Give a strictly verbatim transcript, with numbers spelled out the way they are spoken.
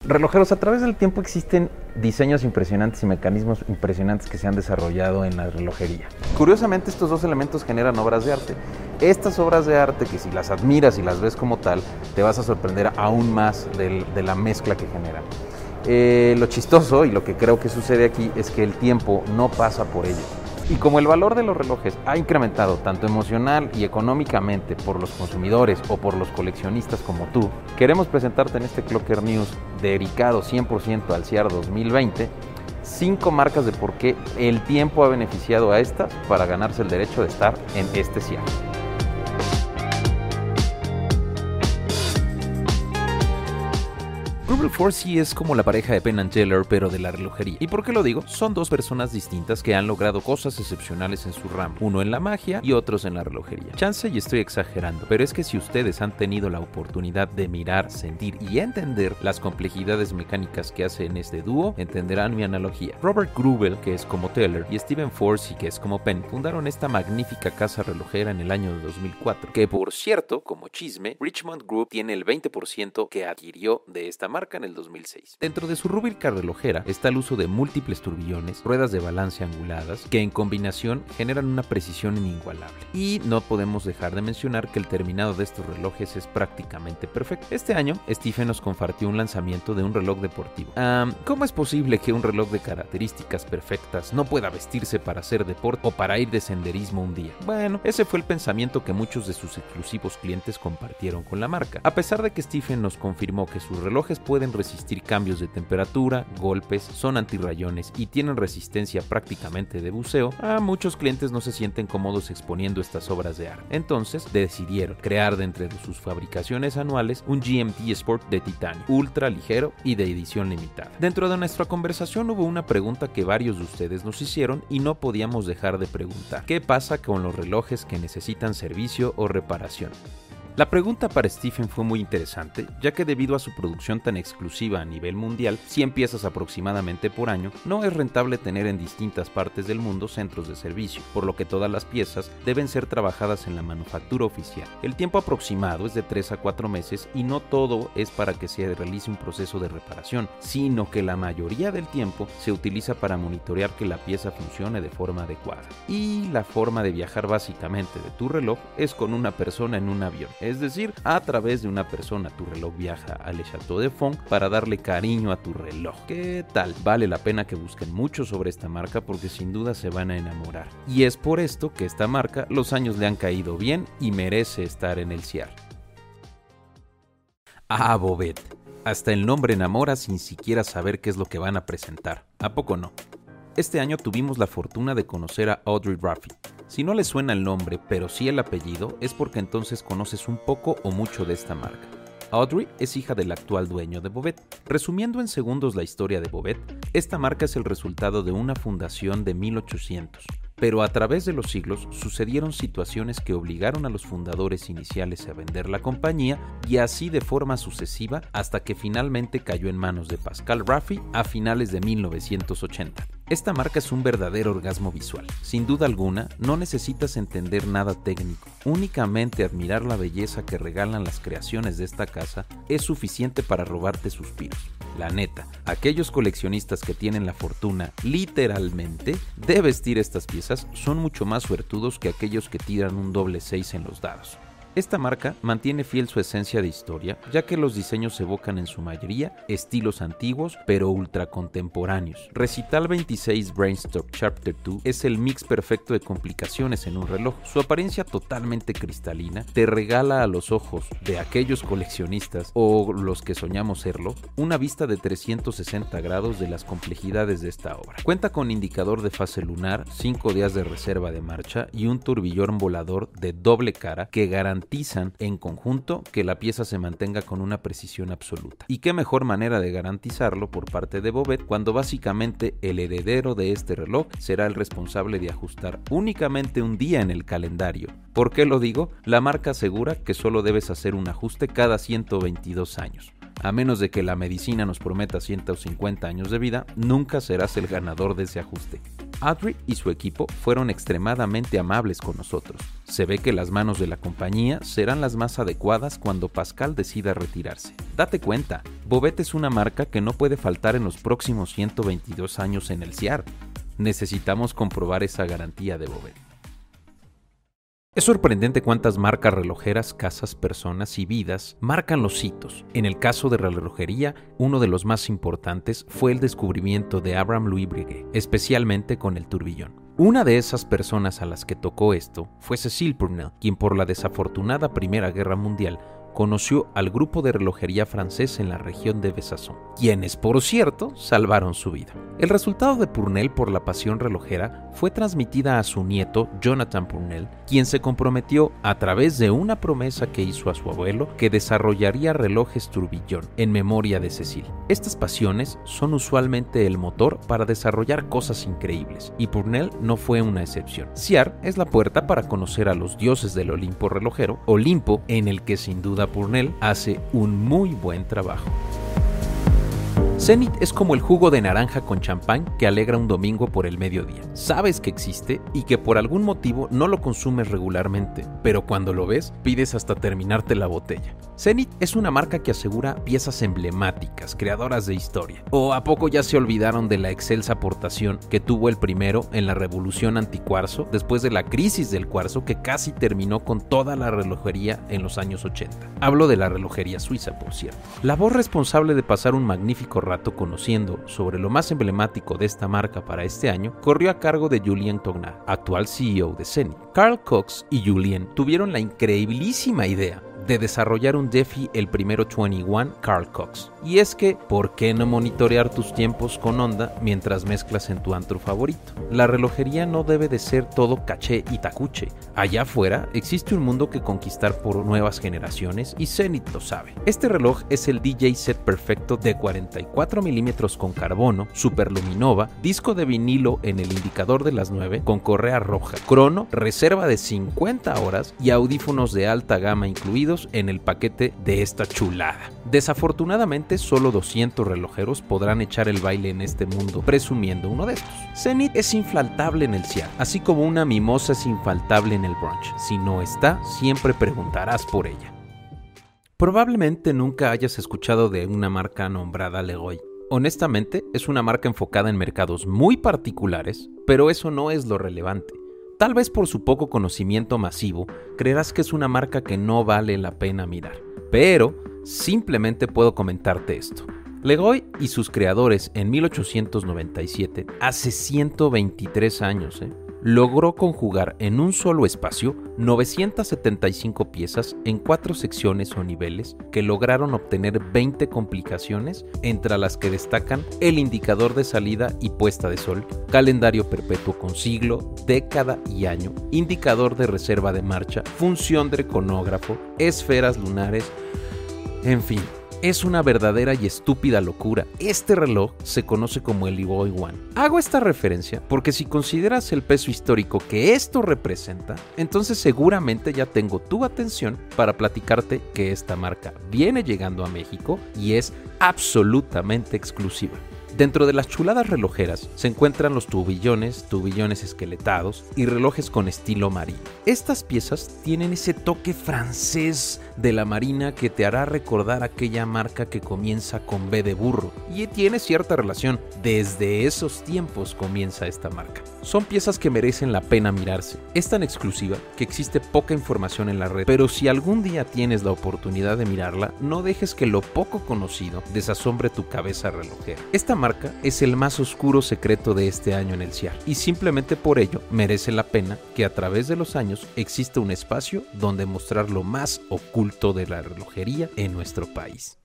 Relojeros, a través del tiempo existen diseños impresionantes y mecanismos impresionantes que se han desarrollado en la relojería. Curiosamente, estos dos elementos generan obras de arte. Estas obras de arte, que si las admiras y las ves como tal, te vas a sorprender aún más de, de la mezcla que generan. Eh, lo chistoso y lo que creo que sucede aquí es que el tiempo no pasa por ello. Y como el valor de los relojes ha incrementado tanto emocional y económicamente por los consumidores o por los coleccionistas como tú, queremos presentarte en este Clocker News dedicado cien por ciento al C I A R dos mil veinte, cinco marcas de por qué el tiempo ha beneficiado a estas para ganarse el derecho de estar en este C I A R. Rubel Forsey es como la pareja de Penn and Teller, pero de la relojería. ¿Y por qué lo digo? Son dos personas distintas que han logrado cosas excepcionales en su ramo, uno en la magia y otros en la relojería. Chance y estoy exagerando, pero es que si ustedes han tenido la oportunidad de mirar, sentir y entender las complejidades mecánicas que hacen este dúo, entenderán mi analogía. Robert Grubel, que es como Teller, y Stephen Forsey, que es como Penn, fundaron esta magnífica casa relojera en el año de dos mil cuatro, que por cierto, como chisme, Richmond Group tiene el veinte por ciento que adquirió de esta marca en el dos mil seis. Dentro de su rúbrica relojera está el uso de múltiples turbillones, ruedas de balance anguladas, que en combinación generan una precisión inigualable. Y no podemos dejar de mencionar que el terminado de estos relojes es prácticamente perfecto. Este año, Stephen nos compartió un lanzamiento de un reloj deportivo. Um, ¿Cómo es posible que un reloj de características perfectas no pueda vestirse para hacer deporte o para ir de senderismo un día? Bueno, ese fue el pensamiento que muchos de sus exclusivos clientes compartieron con la marca. A pesar de que Stephen nos confirmó que sus relojes pueden resistir cambios de temperatura, golpes, son antirrayones y tienen resistencia prácticamente de buceo, a muchos clientes no se sienten cómodos exponiendo estas obras de arte. Entonces decidieron crear de entre sus fabricaciones anuales un G M T Sport de titanio, ultra ligero y de edición limitada. Dentro de nuestra conversación hubo una pregunta que varios de ustedes nos hicieron y no podíamos dejar de preguntar: ¿qué pasa con los relojes que necesitan servicio o reparación? La pregunta para Stephen fue muy interesante, ya que debido a su producción tan exclusiva a nivel mundial, cien piezas aproximadamente por año, no es rentable tener en distintas partes del mundo centros de servicio, por lo que todas las piezas deben ser trabajadas en la manufactura oficial. El tiempo aproximado es de tres a cuatro meses y no todo es para que se realice un proceso de reparación, sino que la mayoría del tiempo se utiliza para monitorear que la pieza funcione de forma adecuada. Y la forma de viajar básicamente de tu reloj es con una persona en un avión. Es decir, a través de una persona tu reloj viaja al Chateau de Fonds para darle cariño a tu reloj. ¿Qué tal? Vale la pena que busquen mucho sobre esta marca porque sin duda se van a enamorar. Y es por esto que esta marca los años le han caído bien y merece estar en el C I A R. Ah, Bovet. Hasta el nombre enamora sin siquiera saber qué es lo que van a presentar. ¿A poco no? Este año tuvimos la fortuna de conocer a Audrey Ruffy. Si no le suena el nombre, pero sí el apellido, es porque entonces conoces un poco o mucho de esta marca. Audrey es hija del actual dueño de Bovet. Resumiendo en segundos la historia de Bovet, esta marca es el resultado de una fundación de mil ochocientos. Pero a través de los siglos sucedieron situaciones que obligaron a los fundadores iniciales a vender la compañía y así de forma sucesiva hasta que finalmente cayó en manos de Pascal Ruffy a finales de mil novecientos ochenta. Esta marca es un verdadero orgasmo visual. Sin duda alguna, no necesitas entender nada técnico. Únicamente admirar la belleza que regalan las creaciones de esta casa es suficiente para robarte suspiros. La neta, aquellos coleccionistas que tienen la fortuna, literalmente, de vestir estas piezas son mucho más suertudos que aquellos que tiran un doble seis en los dados. Esta marca mantiene fiel su esencia de historia, ya que los diseños evocan en su mayoría estilos antiguos pero ultra contemporáneos. Recital veintiséis Brainstock Chapter dos es el mix perfecto de complicaciones en un reloj. Su apariencia totalmente cristalina te regala a los ojos de aquellos coleccionistas o los que soñamos serlo una vista de trescientos sesenta grados de las complejidades de esta obra. Cuenta con indicador de fase lunar, cinco días de reserva de marcha y un turbillón volador de doble cara que garantiza garantizan en conjunto que la pieza se mantenga con una precisión absoluta. Y qué mejor manera de garantizarlo por parte de Bovet cuando básicamente el heredero de este reloj será el responsable de ajustar únicamente un día en el calendario. ¿Por qué lo digo? La marca asegura que solo debes hacer un ajuste cada ciento veintidós años. a menos de que la medicina nos prometa ciento cincuenta años de vida, nunca serás el ganador de ese ajuste. Audrey y su equipo fueron extremadamente amables con nosotros. Se ve que las manos de la compañía serán las más adecuadas cuando Pascal decida retirarse. Date cuenta, Bovet es una marca que no puede faltar en los próximos ciento veintidós años en el C I A R. Necesitamos comprobar esa garantía de Bovet. Es sorprendente cuántas marcas relojeras, casas, personas y vidas marcan los hitos. En el caso de la relojería, uno de los más importantes fue el descubrimiento de Abraham Louis Breguet, especialmente con el turbillón. Una de esas personas a las que tocó esto fue Cécile Purnell, quien por la desafortunada Primera Guerra Mundial conoció al grupo de relojería francés en la región de Besançon, quienes, por cierto, salvaron su vida. El resultado de Purnell por la pasión relojera fue transmitida a su nieto, Jonathan Purnell, quien se comprometió a través de una promesa que hizo a su abuelo que desarrollaría relojes turbillón en memoria de Cécile. Estas pasiones son usualmente el motor para desarrollar cosas increíbles, y Purnell no fue una excepción. C I A R es la puerta para conocer a los dioses del Olimpo relojero, Olimpo en el que sin duda Purnell hace un muy buen trabajo. Zenith es como el jugo de naranja con champán que alegra un domingo por el mediodía. Sabes que existe y que por algún motivo no lo consumes regularmente, pero cuando lo ves, pides hasta terminarte la botella. Zenith es una marca que asegura piezas emblemáticas, creadoras de historia. ¿O a poco ya se olvidaron de la excelsa aportación que tuvo el primero en la revolución anticuarzo después de la crisis del cuarzo que casi terminó con toda la relojería en los años ochenta? Hablo de la relojería suiza, por cierto. La voz responsable de pasar un magnífico rato conociendo sobre lo más emblemático de esta marca para este año corrió a cargo de Julien Tognard, actual C E O de Zenith. Carl Cox y Julien tuvieron la increíbilísima idea de desarrollar un DeFi el primero veintiuno Carl Cox. Y es que, ¿por qué no monitorear tus tiempos con onda mientras mezclas en tu antro favorito? La relojería no debe de ser todo caché y tacuche. Allá afuera existe un mundo que conquistar por nuevas generaciones y Zenith lo sabe. Este reloj es el D J set perfecto de cuarenta y cuatro milímetros con carbono, superluminova, disco de vinilo en el indicador de las nueve con correa roja, crono, reserva de cincuenta horas y audífonos de alta gama incluidos en el paquete de esta chulada. Desafortunadamente, solo doscientos relojeros podrán echar el baile en este mundo presumiendo uno de estos. Zenith es infaltable en el C I A R, así como una mimosa es infaltable en el brunch. Si no está, siempre preguntarás por ella. Probablemente nunca hayas escuchado de una marca nombrada Leroy. Honestamente, es una marca enfocada en mercados muy particulares, pero eso no es lo relevante. Tal vez por su poco conocimiento masivo, creerás que es una marca que no vale la pena mirar. Pero, simplemente puedo comentarte esto. Leroy y sus creadores en mil ochocientos noventa y siete, hace ciento veintitrés años, ¿eh? logró conjugar en un solo espacio novecientas setenta y cinco piezas en cuatro secciones o niveles que lograron obtener veinte complicaciones, entre las que destacan el indicador de salida y puesta de sol, calendario perpetuo con siglo, década y año, indicador de reserva de marcha, función de cronógrafo, esferas lunares, en fin. Es una verdadera y estúpida locura. Este reloj se conoce como el Leroy One. Hago esta referencia porque si consideras el peso histórico que esto representa, entonces seguramente ya tengo tu atención para platicarte que esta marca viene llegando a México y es absolutamente exclusiva. Dentro de las chuladas relojeras se encuentran los tubillones, tubillones esqueletados y relojes con estilo marino. Estas piezas tienen ese toque francés de la marina que te hará recordar aquella marca que comienza con B de burro y tiene cierta relación. Desde esos tiempos comienza esta marca. Son piezas que merecen la pena mirarse. Es tan exclusiva que existe poca información en la red, pero si algún día tienes la oportunidad de mirarla, no dejes que lo poco conocido desasombre tu cabeza relojera. Esta marca es el más oscuro secreto de este año en el C I A R y simplemente por ello merece la pena que a través de los años exista un espacio donde mostrar lo más oculto de la relojería en nuestro país.